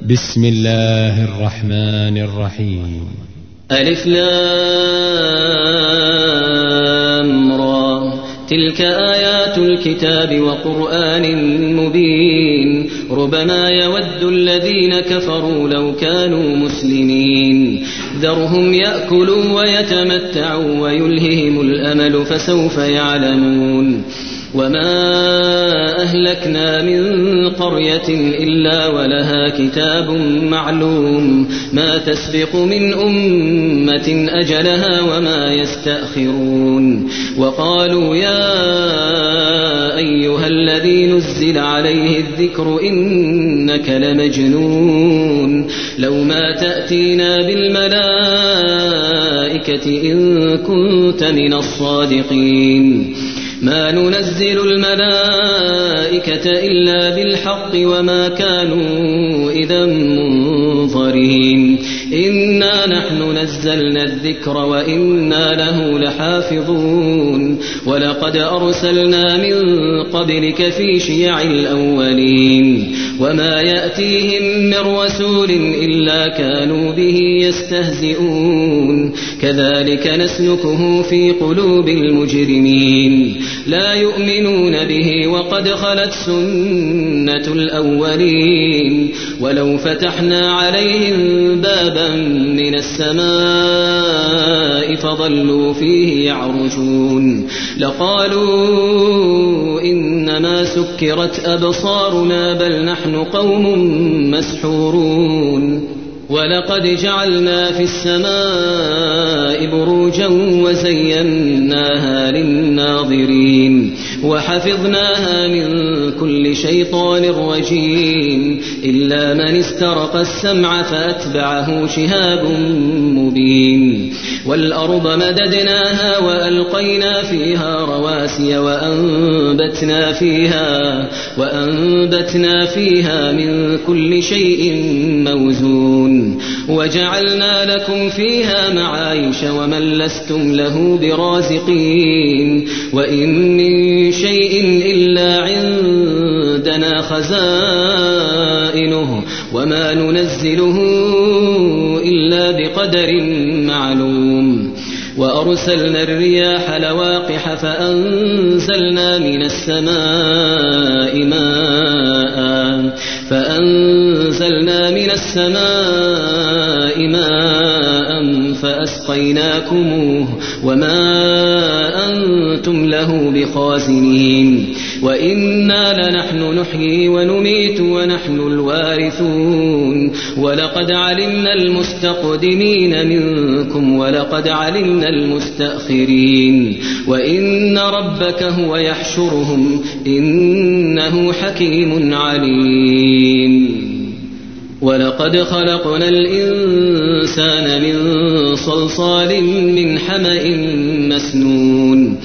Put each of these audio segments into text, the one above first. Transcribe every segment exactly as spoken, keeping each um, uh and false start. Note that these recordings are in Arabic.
بسم الله الرحمن الرحيم. ألف لام را تلك آيات الكتاب وقرآن مبين ربما يود الذين كفروا لو كانوا مسلمين ذرهم يأكلوا ويتمتعوا ويلههم الأمل فسوف يعلمون وما أهلكنا من قرية إلا ولها كتاب معلوم ما تسبق من أمة أجلها وما يستأخرون وقالوا يا أيها الذي نزل عليه الذكر إنك لمجنون لو ما تأتينا بالملائكة إن كنت من الصادقين ما ننزل الملائكة إلا بالحق وما كانوا إذا منظرين إنا نحن نزلنا الذكر وإنا له لحافظون ولقد أرسلنا من قبلك في شيع الأولين وما يأتيهم من رسول إلا كانوا به يستهزئون كذلك نسلكه في قلوب المجرمين لا يؤمنون به وقد خلت سنة الأولين ولو فتحنا عليهم بابا من السماء فظلوا فيه يعرجون لقالوا إنما سكرت أبصارنا بل نحن قوم مسحورون ولقد جعلنا في السماء بروجا وزيناها للناظرين وحفظناها من كل شيطان رجيم إلا من استرق السمع فأتبعه شهاب مبين والأرض مددناها وألقينا فيها رواسي وأنبتنا فيها وأنبتنا فيها من كل شيء موزون وجعلنا لكم فيها معايش ومن لستم له برازقين وإن من شيء إلا عندنا خزائنه وما ننزله إلا بقدر معلوم وأرسلنا الرياح لواقح فأنزلنا من السماء ماء فأنزلنا من السماء ماء فأسقيناكموه وما أنتم له بخازنين وإنا لنحن نحيي ونميت ونحن الوارثون ولقد علمنا المستقدمين منكم ولقد علمنا المستأخرين وإن ربك هو يحشرهم إنه حكيم عليم ولقد خلقنا الإنسان من صلصال من حمأ مسنون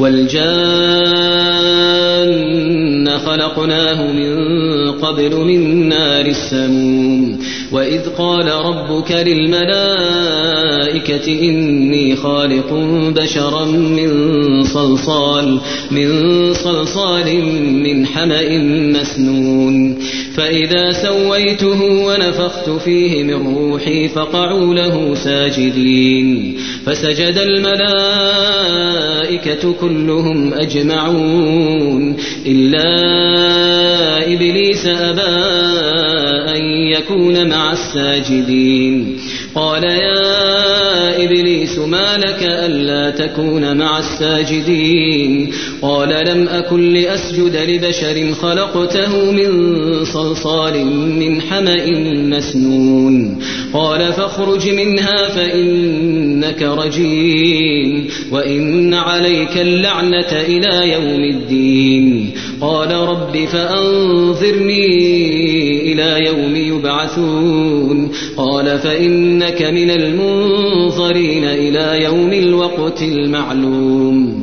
والجان خلقناه من قبل من نار السموم وإذ قال ربك للملائكة إني خالق بشرا من صلصال من صلصال من حمأ مسنون فإذا سويته ونفخت فيه من روحي فقعوا له ساجدين فسجد الملائكة كلهم أجمعون إلا إبليس أبى أن يكون مع الساجدين قال يا إبليس ما لك ألا تكون مع الساجدين قال لم أكن لأسجد لبشر خلقته من صلصال من حمأ مسنون قال فاخرج منها فإنك رجيم وإن عليك اللعنة إلى يوم الدين قال رب فأنظرني إلى يوم يبعثون قال فإنك من المنظرين إلى يوم الوقت المعلوم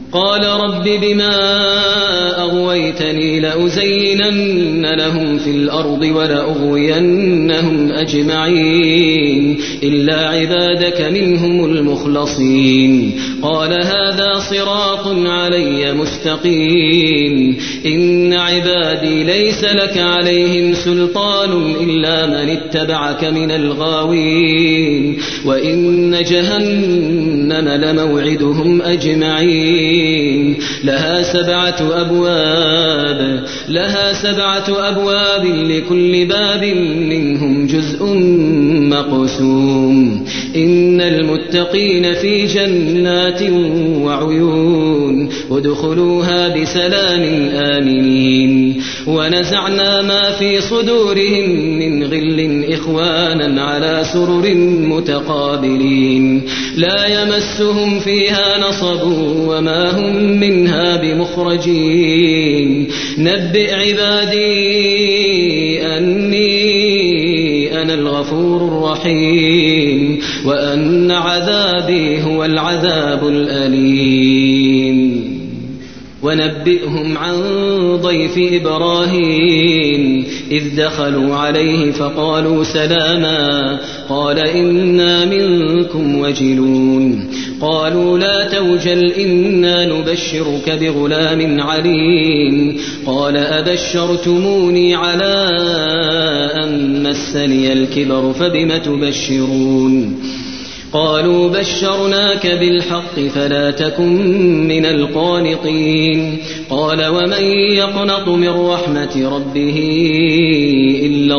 قال رب بما أغويتني لأزينن لهم في الأرض ولأغوينهم أجمعين إلا عبادك منهم المخلصين قال هذا صراط علي مستقيم إن عبادي ليس لك عليهم سلطان إلا من اتبعك من الغاوين وإن جهنم لموعدهم أجمعين لها سبعة أبواب لها سبعة أبواب لكل باب منهم جزء مقسوم إن المتقين في جنات وعيون ادخلوها بسلام آمنين ونزعنا ما في صدورهم من غل إخوانا على سرر متقابلين لا يمسهم فيها نصب وما هم منها بمخرجين نبئ عبادي أني أنا الغفور الرحيم وأن عذابي هو العذاب الأليم ونبئهم عن ضيف إبراهيم إذ دخلوا عليه فقالوا سلاما قال إنا منكم وجلون قالوا لا توجل إنا نبشرك بغلام عليم قال أبشرتموني على أن مسني الكبر فبم تبشرون قالوا بشرناك بالحق فلا تكن من القانطين قال ومن يقنط من رحمة ربه إلا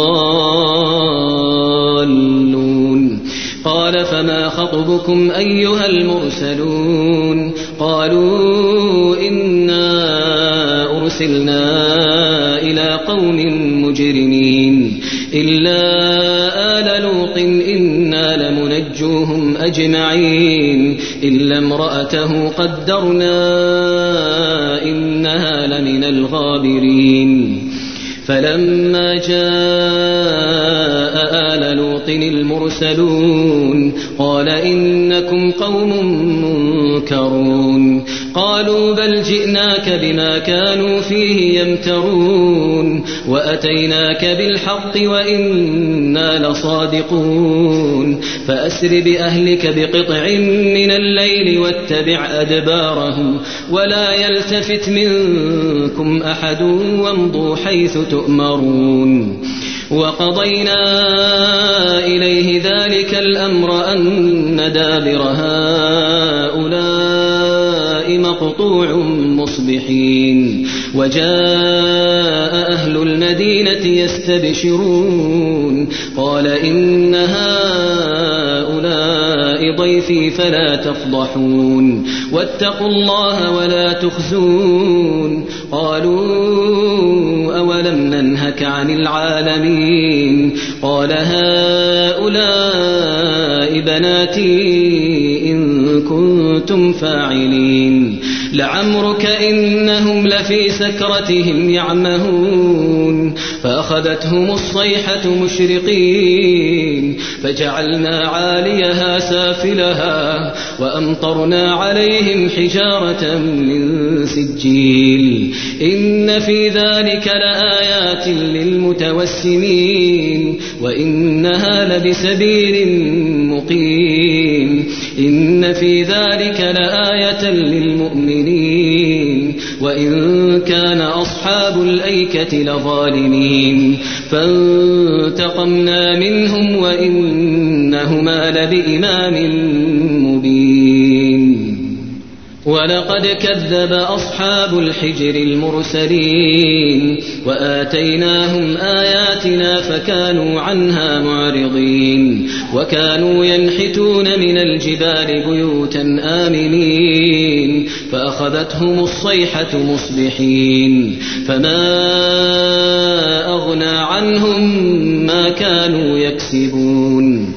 الضالون قال فما خطبكم أيها المرسلون قالوا إنا أرسلنا إلى قوم مجرمين إلا آل لوط إنا لمنجوهم أجمعين إلا امرأته قدرنا إنها لمن الغابرين فلما جاء آل لوط المرسلون قال إنكم قوم منكرون قالوا بل جئناك بما كانوا فيه يمترون وأتيناك بالحق وإنا لصادقون فأسر بأهلك بقطع من الليل واتبع أدبارهم ولا يلتفت منكم أحد وامضوا حيث تؤمرون وقضينا إليه ذلك الأمر أن دابر هؤلاء مقطوع مصبحين وجاء أهل المدينة يستبشرون قال إن هؤلاء ضيفي فلا تفضحون واتقوا الله ولا تخزون قالوا أولم ننهك عن العالمين قال هؤلاء بناتي إن كنتم فاعلين لعمرك إنهم لفي سكرتهم يعمهون فأخذتهم الصيحة مشرقين فجعلنا عاليها سافلها وأمطرنا عليهم حجارة من سجيل إن في ذلك لآيات للمتوسمين وإنها لبسبيل مقيم إن في ذلك لآية للمؤمنين وإن كان أصحاب الأيكة لظالمين فانتقمنا منهم وإنهما لبإمام مبين ولقد كذب أصحاب الحجر المرسلين وآتيناهم آياتنا فكانوا عنها معرضين وكانوا ينحتون من الجبال بيوتا آمنين فأخذتهم الصيحة مصبحين فما أغنى عنهم ما كانوا يكسبون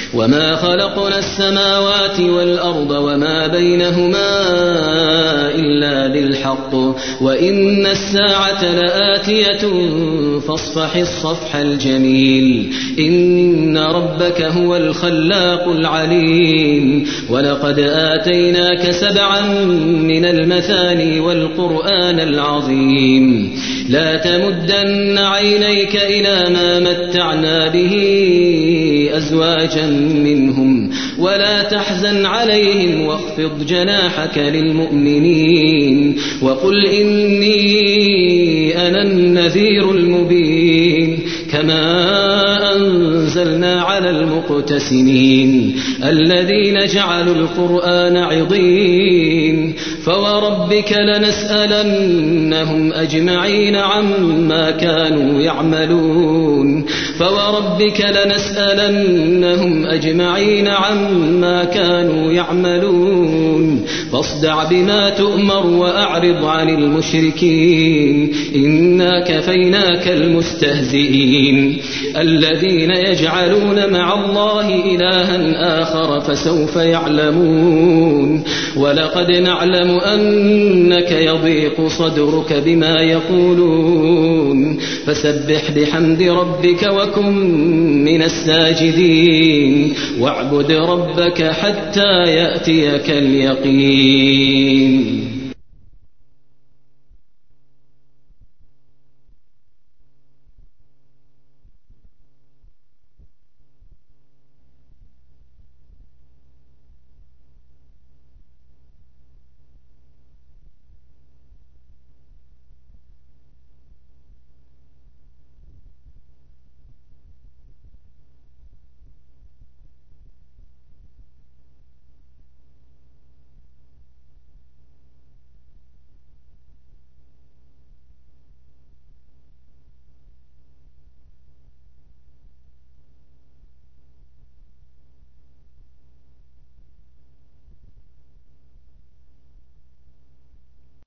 وما خلقنا السماوات والأرض وما بينهما إلا بالحق وإن الساعة لآتية فاصفح الصفح الجميل إن ربك هو الخلاق العليم ولقد آتيناك سبعا من المثاني والقرآن العظيم لا تمدن عينيك إلى ما متعنا به أزواجا منهم ولا تحزن عليهم واخفض جناحك للمؤمنين وقل إني أنا النذير المبين كما أنزلنا على المقتسمين الذين جعلوا القرآن عضين فوربك لنسألنهم أجمعين عما كانوا يعملون فوربك لنسألنهم أجمعين عما كانوا يعملون فاصدع بما تؤمر وأعرض عن المشركين إنا كفيناك المستهزئين الذين يجعلون مع الله إلها آخر فسوف يعلمون ولقد نعلم أنك يضيق صدرك بما يقولون فسبح بحمد ربك وكن من الساجدين واعبد ربك حتى يأتيك اليقين